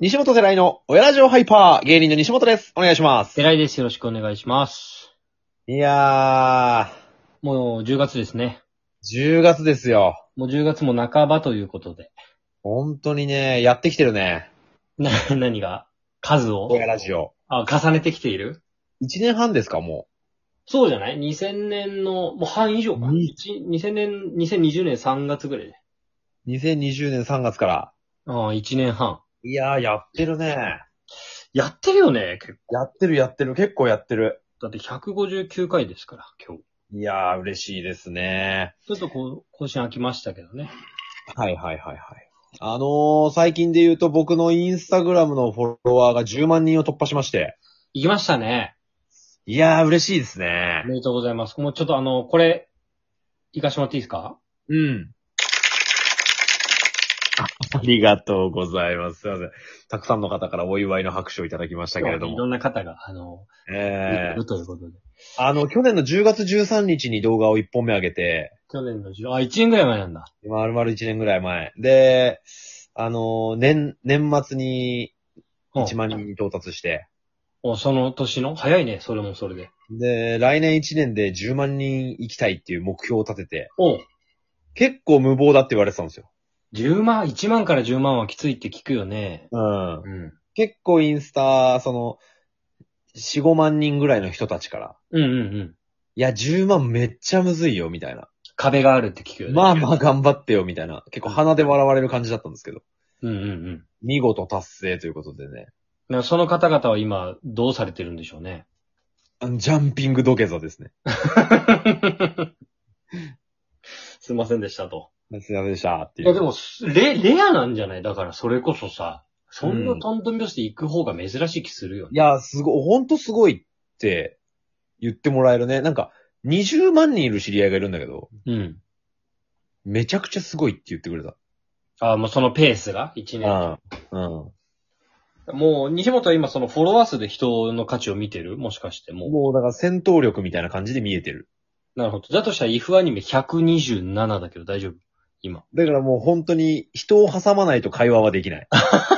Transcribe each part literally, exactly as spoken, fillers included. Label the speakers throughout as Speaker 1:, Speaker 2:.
Speaker 1: 西本世代の親ラジオハイパー、芸人の西本です。お願いします。
Speaker 2: 偉いです。よろしくお願いします。
Speaker 1: いやー、
Speaker 2: もうじゅうがつですね。
Speaker 1: じゅうがつですよ。
Speaker 2: もうじゅうがつも半ばということで。
Speaker 1: 本当にね、やってきてるね。
Speaker 2: な、何が数を
Speaker 1: 親ラジオ。
Speaker 2: あ、重ねてきている
Speaker 1: いちねんはんですか、も
Speaker 2: そうじゃない ?にせん 年の、もう半以上か。
Speaker 1: に
Speaker 2: 一にせんねん、にせんにじゅうねんさんがつぐらいで。
Speaker 1: う。にせんにじゅうねんさんがつから。
Speaker 2: ああ、いちねんはん。
Speaker 1: いやー、やってるね。
Speaker 2: やってるよね、結構。
Speaker 1: やってるやってる、結構やってる。
Speaker 2: だってひゃくごじゅうきゅうかいですから、今日。
Speaker 1: いやー、嬉しいですね。
Speaker 2: ちょっとこう、更新空きましたけどね。
Speaker 1: はいはいはいはい。あのー、最近で言うと僕のインスタグラムのフォロワーがじゅうまんにんを突破しまして。
Speaker 2: 行きましたね。
Speaker 1: いやー、嬉しいです
Speaker 2: お
Speaker 1: ね。
Speaker 2: めでとうございます。もうちょっとあの、これ、行かしてもらっていいですか？
Speaker 1: うん。ありがとうございます。すいません。たくさんの方からお祝いの拍手をいただきましたけれども。
Speaker 2: いろんな方が、あの、
Speaker 1: ええ
Speaker 2: いるということで。
Speaker 1: あの、去年のじゅうがつじゅうさんにちに動画をいっぽんめ上げて、
Speaker 2: 去年のじゅう、あ、いちねんぐらい前なんだ。
Speaker 1: まるまるいちねんぐらい前。で、あの、年、年末にいちまんにんに到達して、
Speaker 2: お、その年の早いね、それもそれで。
Speaker 1: で、来年いちねんでじゅうまんにん行きたいっていう目標を立てて、
Speaker 2: お、
Speaker 1: 結構無謀だって言われてたんですよ。
Speaker 2: じゅうまん、いちまんからじゅうまんはきついって聞くよね。
Speaker 1: うん。
Speaker 2: うん。
Speaker 1: 結構インスタ、その、よん、ごまん人ぐらいの人たちから、
Speaker 2: うんうんうん。
Speaker 1: いや、じゅうまんめっちゃむずいよ、みたいな。
Speaker 2: 壁があるって聞くよね。
Speaker 1: まあまあ頑張ってよ、みたいな。結構鼻で笑われる感じだったんですけど。
Speaker 2: うんうんうん。
Speaker 1: 見事達成ということでね。
Speaker 2: だからその方々は今、どうされてるんでしょうね。
Speaker 1: あのジャンピング土下座ですね。
Speaker 2: すいませんでしたと。
Speaker 1: すいませんでしたってい
Speaker 2: いや
Speaker 1: う。
Speaker 2: でも、レ、レアなんじゃないだからそれこそさ、そん
Speaker 1: う
Speaker 2: なんトントン拍子で行く方が珍しい気するよね。
Speaker 1: いや、すごい、ほんとすごいって言ってもらえるね。なんか、にじゅうまん人いる知り合いがいるんだけど、
Speaker 2: うん。
Speaker 1: めちゃくちゃすごいって言ってくれた。
Speaker 2: あ、もうそのペースがいちねん。
Speaker 1: ああ、うん。
Speaker 2: もう、西本は今そのフォロワー数で人の価値を見てるもしかしても
Speaker 1: もうだから戦闘力みたいな感じで見えてる。
Speaker 2: う。なるほど。だとしたら イフ アニメひゃくにじゅうななだけど大丈夫今。
Speaker 1: だからもう本当に人を挟まないと会話はできない。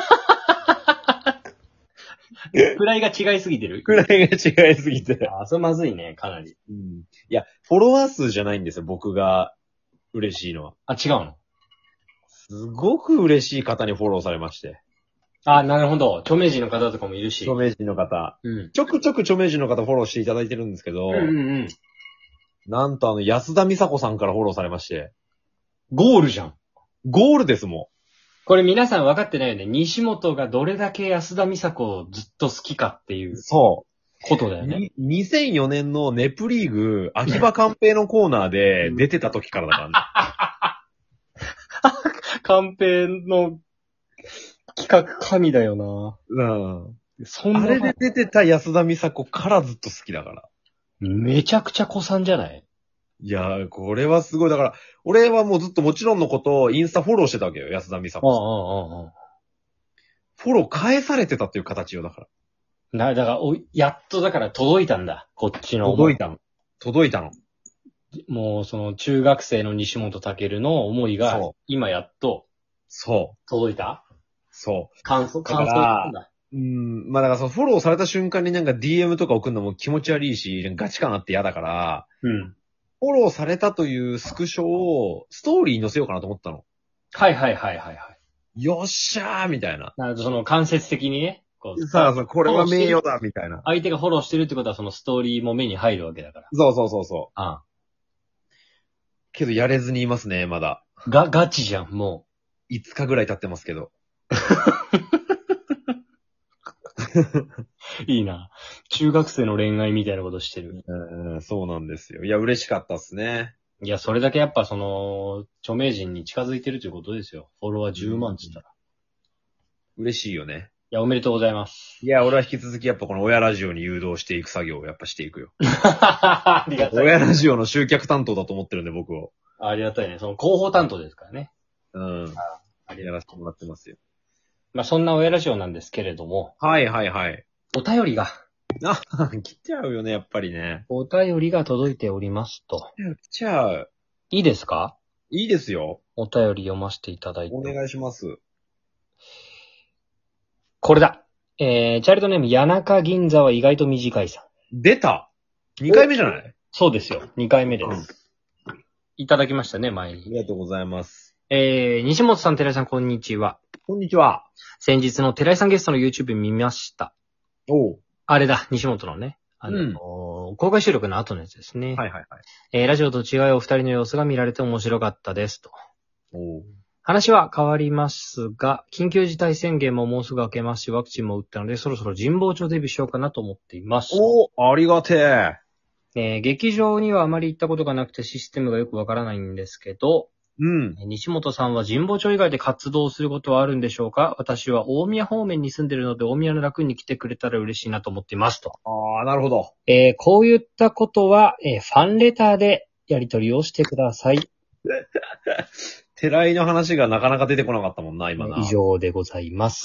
Speaker 2: 位が違いすぎてる
Speaker 1: くらいが違いすぎて。
Speaker 2: ああ、それまずいね、かなり。
Speaker 1: うん。いや、フォロワー数じゃないんですよ、僕が嬉しいのは。
Speaker 2: あ、違うの
Speaker 1: すごく嬉しい方にフォローされまして。
Speaker 2: あ、なるほど。著名人の方とかもいるし。
Speaker 1: 著名人の方。
Speaker 2: うん。
Speaker 1: ちょくちょく著名人の方フォローしていただいてるんですけど、
Speaker 2: うんうんうん。
Speaker 1: なんとあの、安田美沙子さんからフォローされまして、
Speaker 2: ゴールじゃん。
Speaker 1: ゴールですも
Speaker 2: これ皆さん分かってないよね。西本がどれだけ安田美沙子をずっと好きかってい
Speaker 1: ん。
Speaker 2: う
Speaker 1: そう。
Speaker 2: ことだよね。
Speaker 1: ににせんよねんのネプリーグ、秋葉寛平のコーナーで出てた時からだからね。
Speaker 2: カンペの企画神だよな。
Speaker 1: うん。
Speaker 2: そんな。
Speaker 1: あれで出てた安田美沙子からずっと好きだから。
Speaker 2: めちゃくちゃ子さんじゃない
Speaker 1: いやー、これはすごい。だから、俺はもうずっともちろんのことをインスタフォローしてたわけよ、安田美沙子さん。
Speaker 2: ああ、ああ、ああ。
Speaker 1: フォロー返されてたっていう形よ、だから。
Speaker 2: な、だから、お、やっとだから届いたんだ。こっちの。
Speaker 1: 届いたの。届いたの。
Speaker 2: もう、その、中学生の西本健の思いが
Speaker 1: そう、
Speaker 2: 今やっと
Speaker 1: そう。
Speaker 2: 届いた
Speaker 1: そう。
Speaker 2: 感想、
Speaker 1: だから
Speaker 2: 感想なんだ。
Speaker 1: うーん、まあだからそのフォローされた瞬間になんか ディーエム とか送るのも気持ち悪いし、ガチ感あって嫌だから、
Speaker 2: うん。
Speaker 1: フォローされたというスクショをストーリーに載せようかなと思ったの。
Speaker 2: はいはいはいはいはい。
Speaker 1: よっしゃーみたいな。
Speaker 2: なるほど、その間接的にね。こう
Speaker 1: さあ、そうこれは名誉だみたいな。
Speaker 2: 相手がフォローしてるってことはそのストーリーも目に入るわけだから。
Speaker 1: そうそうそうそう。
Speaker 2: ああ。
Speaker 1: けどやれずにいますね、まだ。
Speaker 2: が、ガチじゃん、も
Speaker 1: いつかぐらい経ってますけど。
Speaker 2: う。いいな。中学生の恋愛みたいなことしてる。
Speaker 1: うん、そうなんですよ。いや、嬉しかったっすね。
Speaker 2: いや、それだけやっぱその、著名人に近づいてるということですよ。フォロワーじゅうまんって言ったら。
Speaker 1: 嬉しいよね。
Speaker 2: いや、おめでとうございます。
Speaker 1: いや、俺は引き続きやっぱこの親ラジオに誘導していく作業をやっぱしていくよ。
Speaker 2: ありがたい。
Speaker 1: 親ラジオの集客担当だと思ってるんで、僕を。
Speaker 2: ありがたいね。その広報担当ですからね。
Speaker 1: うん。
Speaker 2: ありがたい。
Speaker 1: やらせてもらってますよ。
Speaker 2: まあ、そんな親ラジオなんですけれども、
Speaker 1: はいはいはい。
Speaker 2: お便りが、
Speaker 1: あ、来ちゃうよね、やっぱりね。
Speaker 2: お便りが届いておりますと。
Speaker 1: 来ちゃう。
Speaker 2: いいですか？
Speaker 1: いいですよ。
Speaker 2: お便り読ませていただいて。
Speaker 1: お願いします。
Speaker 2: これだ。えー、チャイルドネーム、谷中銀座は意外と短いさん。
Speaker 1: 出た !に 回目じゃない？
Speaker 2: そうですよ。にかいめです。いただきましたね、前
Speaker 1: あり
Speaker 2: に。
Speaker 1: がとうございます。
Speaker 2: えー、西本さん、寺井さん、こんにちは。
Speaker 1: こんにちは。
Speaker 2: 先日の寺井さんゲストの YouTube 見ました。
Speaker 1: おう。
Speaker 2: あれだ、西本のね。あの、
Speaker 1: うん
Speaker 2: 公開収録の後のやつですね。
Speaker 1: はいはいはい。
Speaker 2: えー、ラジオと違いお二人の様子が見られて面白かったですと。
Speaker 1: おう。
Speaker 2: 話は変わりますが、緊急事態宣言ももうすぐ明けますし、ワクチンも打ったので、そろそろ神保町デビューしようかなと思っています。
Speaker 1: おー、ありがてえ。
Speaker 2: えー劇場にはあまり行ったことがなくてシステムがよくわからないんですけど、
Speaker 1: うん。
Speaker 2: 西本さんは神保町以外で活動することはあるんでしょうか？私は大宮方面に住んでるので、大宮の楽に来てくれたら嬉しいなと思っていますと。
Speaker 1: ああ、なるほど。
Speaker 2: えーこういったことは、えーファンレターでやり取りをしてください。
Speaker 1: 寺井の話がなかなか出てこなかったもんな、今な。
Speaker 2: 以上でございます。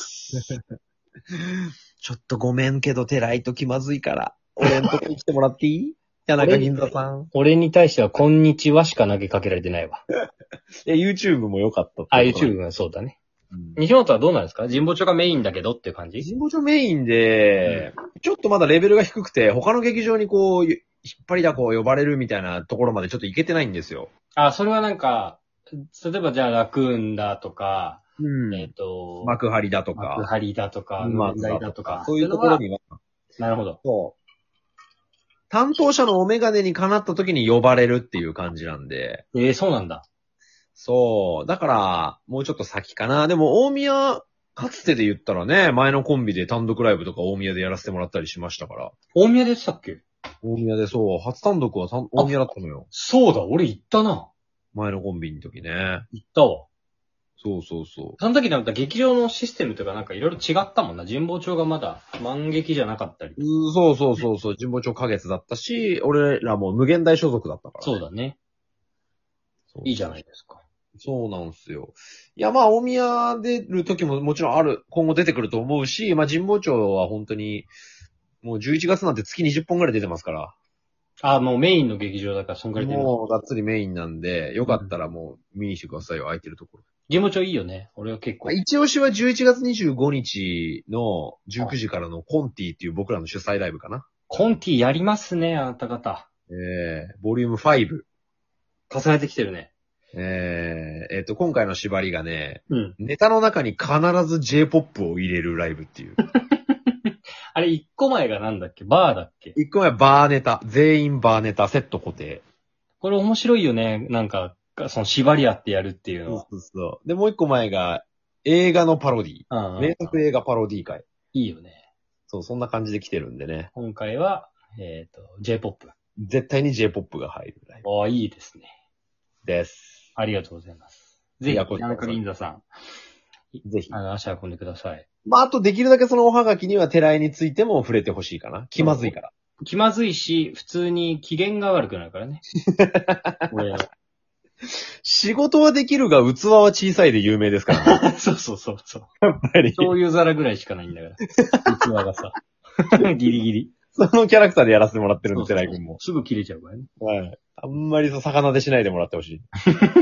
Speaker 1: ちょっとごめんけど、寺井と気まずいから、俺んとこに来てもらっていい？谷中銀座さん。
Speaker 2: 俺に対しては、こんにちはしか投げかけられてないわ。
Speaker 1: いや、YouTube も良かったってこと
Speaker 2: あ、
Speaker 1: なん
Speaker 2: YouTube がそうだね。
Speaker 1: うん
Speaker 2: 西本はどうなんですか？神保町がメインだけどっていう感じ？
Speaker 1: 神保町メインで、ちょっとまだレベルが低くて、他の劇場にこう、引っ張りだこ呼ばれるみたいなところまでちょっと行けてないんですよ。
Speaker 2: あ、それはなんか、例えばじゃあラクーンだとか、
Speaker 1: うん
Speaker 2: えっ、と、
Speaker 1: 幕張だと
Speaker 2: 幕
Speaker 1: か、
Speaker 2: 張だとか、
Speaker 1: ま
Speaker 2: 無限大だとか、
Speaker 1: そういうところには、
Speaker 2: なるほど。
Speaker 1: そう。担当者のお眼鏡にかなった時に呼ばれるっていう感じなんで、
Speaker 2: ええそうなんだ。
Speaker 1: そう。だから、もうちょっと先かな。でも、大宮、かつてで言ったらね、前のコンビで単独ライブとか大宮でやらせてもらったりしましたから。
Speaker 2: 大宮でしたっけ？
Speaker 1: 大宮でそう、初単独はたん大宮だったのよ。
Speaker 2: そうだ、俺行ったな。
Speaker 1: 前のコンビの時ね。
Speaker 2: 行ったわ。
Speaker 1: そうそうそ
Speaker 2: その時なんか劇場のシステムとかなんかいろいろ違ったもんな。神保町がまだ満劇じゃなかったり。
Speaker 1: う。うーそうそうそうそう、神保町花月だったし、俺らも無限大所属だったから、ね。
Speaker 2: そうだね。
Speaker 1: そう
Speaker 2: いいじゃないですか。
Speaker 1: そうなんですよ。いや、まあ、大宮出る時ももちろんある、今後出てくると思うし、まあ、神保町は本当に、もうじゅういちがつなんて月にじゅっぽんぐらい出てますから。
Speaker 2: あ、もうメインの劇場だからそんぐらいで。
Speaker 1: もう、がっつりメインなんで、よかったらもう見に来てくださいよ、空いてるところ。
Speaker 2: 神保町いいよね。俺は結構。
Speaker 1: まあ、一押しはじゅういちがつにじゅうごにちのじゅうくじからのコンティっていう僕らの主催ライブかな。
Speaker 2: コンティやりますね、あなた方。
Speaker 1: えー、ボリュームファイブ。
Speaker 2: 重ねてきてるね。
Speaker 1: えー、えっ、と、今回の縛りがね、
Speaker 2: うん。
Speaker 1: ネタの中に必ず J-ポップ を入れるライブっていう。
Speaker 2: あれ、一個前がなんだっけ？バーだっけ？
Speaker 1: 一個目はバーネタ。全員バーネタ、セット固定。
Speaker 2: これ面白いよね。なんか、その縛り合ってやるっていうのは。
Speaker 1: そうそう。で、もう一個前が映画のパロディ。
Speaker 2: うんうん
Speaker 1: 名作映画パロディ会。
Speaker 2: いいよね。
Speaker 1: そう、そんな感じで来てるんでね。
Speaker 2: 今回は、えっ、と、J-ポップ。
Speaker 1: 絶対に J-ポップ が入るライブ
Speaker 2: ああ、いいですね。
Speaker 1: です。
Speaker 2: ありがとうございます。ぜひ、
Speaker 1: いやこちらこそ
Speaker 2: 田中銀座さん、
Speaker 1: ぜひ。
Speaker 2: あの、足運んでください。
Speaker 1: まあ、あとできるだけそのおはがきには寺井についても触れてほしいかな。気まずいから。
Speaker 2: 気まずいし、普通に機嫌が悪くなるからね。俺
Speaker 1: 仕事はできるが器は小さいで有名ですからね。
Speaker 2: そうそうそうそう。
Speaker 1: やっぱり。
Speaker 2: 醤油皿ぐらいしかないんだから。器がさ。ギリギリ。
Speaker 1: そのキャラクターでやらせてもらってるんで、
Speaker 2: そうそう
Speaker 1: 寺井くんも。
Speaker 2: すぐ切れちゃうからね。
Speaker 1: はい。あんまりそう魚でしないでもらってほし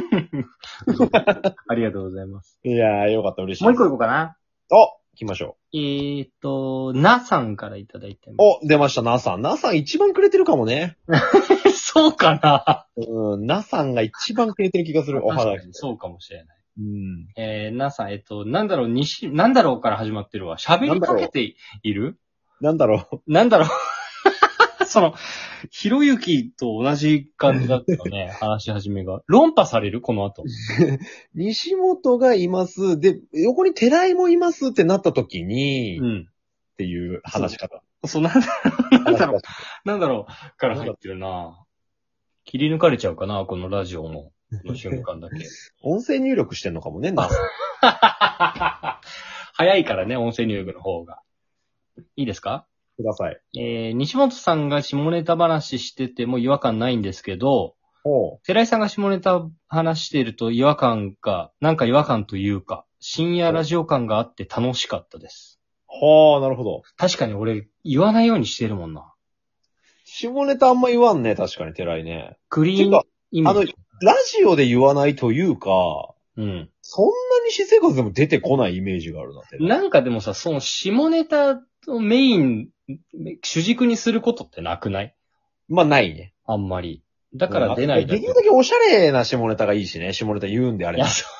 Speaker 2: ありがとうございます。
Speaker 1: い。いやー、よかった、嬉しい。
Speaker 2: もう一個行こうかな。
Speaker 1: お行きましょ
Speaker 2: えーっと、なさんからいただいて
Speaker 1: う。
Speaker 2: ま
Speaker 1: お出ました、なさん。なさん一番くれてるかもね。
Speaker 2: す。そうかな
Speaker 1: うん、なさんが一番くれてる気がする、おはがき
Speaker 2: 確かに。そうかもしれない。
Speaker 1: うん。
Speaker 2: えー、なさん、えっと、なんだろう、西、なんだろうから始まってるわ。喋りかけている
Speaker 1: なんだろう。
Speaker 2: なんだろう。その、ひろゆきと同じ感じだったよね、話し始めが。論破されるこの後。
Speaker 1: 西本がいます。で、横に寺井もいますってなった時に、っ
Speaker 2: うん。
Speaker 1: ていう話し方。
Speaker 2: そう、なんだなんだろう
Speaker 1: 話し、
Speaker 2: なんだろう、から入ってるな切り抜かれちゃうかな、このラジオの、この瞬間だけ。
Speaker 1: 音声入力してんのかもね、な。
Speaker 2: 早いからね、音声入力の方が。いいですか？
Speaker 1: ください。
Speaker 2: えー、西本さんが下ネタ話してても違和感ないんですけど、
Speaker 1: おう。
Speaker 2: 寺井さんが下ネタ話していると違和感が、なんか違和感というか、深夜ラジオ感があって楽しかったです。
Speaker 1: はあ、なるほど。
Speaker 2: 確かに俺、言わないようにしてるもんな。
Speaker 1: 下ネタあんま言わんね、確かに寺井ね。
Speaker 2: クリーンイメ
Speaker 1: あの
Speaker 2: ージ。、
Speaker 1: ラジオで言わないというか、
Speaker 2: うん。
Speaker 1: そんなに私生活でも出てこないイメージがあるなって。
Speaker 2: なんかでもさ、その下ネタをメイン、主軸にすることってなくない？
Speaker 1: まあないね。
Speaker 2: あんまり。だから出ないだけ。
Speaker 1: できるだけおしゃれな下ネタがいいしね。下ネタ言うんであれば。
Speaker 2: いや、そう、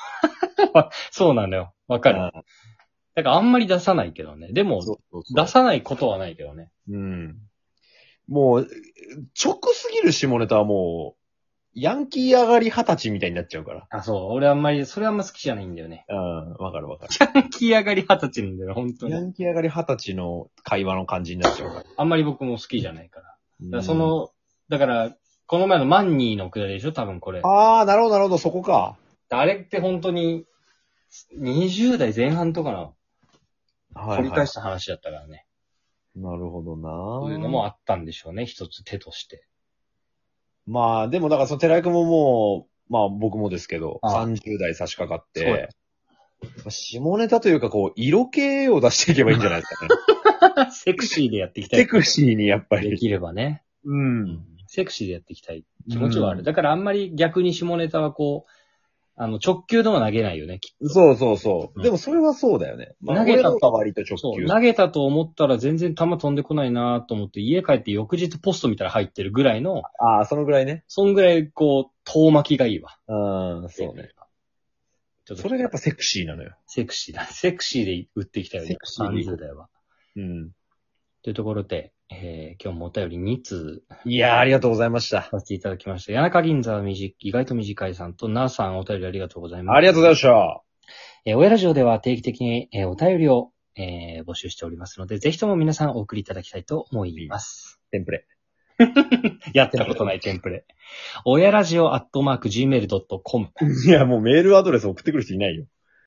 Speaker 2: そうなのよ。わかる。
Speaker 1: うん
Speaker 2: だからあんまり出さないけどね。でも、
Speaker 1: そうそうそう
Speaker 2: 出さないことはないけどね。
Speaker 1: うん。もう、直すぎる下ネタはもう、ヤンキー上がり二十歳みたいになっちゃうから。
Speaker 2: あ、そう。俺あんまり、それあんま好きじゃないんだよね。
Speaker 1: うん、わかるわかる。
Speaker 2: ヤンキー上がり二十歳なんだよ、本当に。
Speaker 1: ヤンキー上がり二十歳の会話の感じになっちゃうから。
Speaker 2: あんまり僕も好きじゃないから。だからそ
Speaker 1: うん、
Speaker 2: の、だから、この前のマンニーのくだりでしょ多分これ。
Speaker 1: あー、なるほどなるほど、そこか。
Speaker 2: あれって本当に、にじゅう代前半とかの、
Speaker 1: はい、
Speaker 2: 掘り返した話だったからね。
Speaker 1: なるほどな
Speaker 2: そういうのもあったんでしょうね、一つ手として。
Speaker 1: まあ、でもだからその寺井くんももう、まあ僕もですけど、
Speaker 2: ああ
Speaker 1: さんじゅう代差し掛かっ
Speaker 2: そうや
Speaker 1: て、下ネタというかこう、色気を出していけばいいんじゃないですかね。
Speaker 2: セクシーでやっていきたい。
Speaker 1: セクシーにやっぱり。
Speaker 2: できればね。
Speaker 1: うん。
Speaker 2: セクシーでやっていきたい気持ちはある。
Speaker 1: うん
Speaker 2: だからあんまり逆に下ネタはこう、あの、直球でも投げないよね、きっと。
Speaker 1: そうそうそう。
Speaker 2: うん
Speaker 1: でもそれはそうだよね。まあ、
Speaker 2: 投げたと
Speaker 1: 俺のが割と直
Speaker 2: そう、
Speaker 1: 球。
Speaker 2: 投げたと思ったら全然球飛んでこないなと思って、家帰って翌日ポスト見たら入ってるぐらいの、
Speaker 1: ああ、そのぐらいね。
Speaker 2: そんぐらいこう、遠巻きがいいわ。
Speaker 1: うん、そうね。
Speaker 2: ちょっと
Speaker 1: それがやっぱセクシーなのよ。
Speaker 2: セクシーだ。セクシーで打っていきたいよね。
Speaker 1: セクシーで
Speaker 2: さんじゅう代は。
Speaker 1: うん。
Speaker 2: というところで、えー、今日もお便りに通
Speaker 1: いやー、ありがとうございました。
Speaker 2: させていただきました。谷中銀座は短い、意外と短いさんと、なーさんお便りありがとうございます。
Speaker 1: ありがとうございました。
Speaker 2: えー、親ラジオでは定期的に、えー、お便りを、えー、募集しておりますので、ぜひとも皆さんお送りいただきたいと思います。
Speaker 1: テンプレ。
Speaker 2: やったことないテンプレ。親ラジオアットマーク ジーメールドットコム。
Speaker 1: いや、もうメールアドレス送ってくる人いないよ。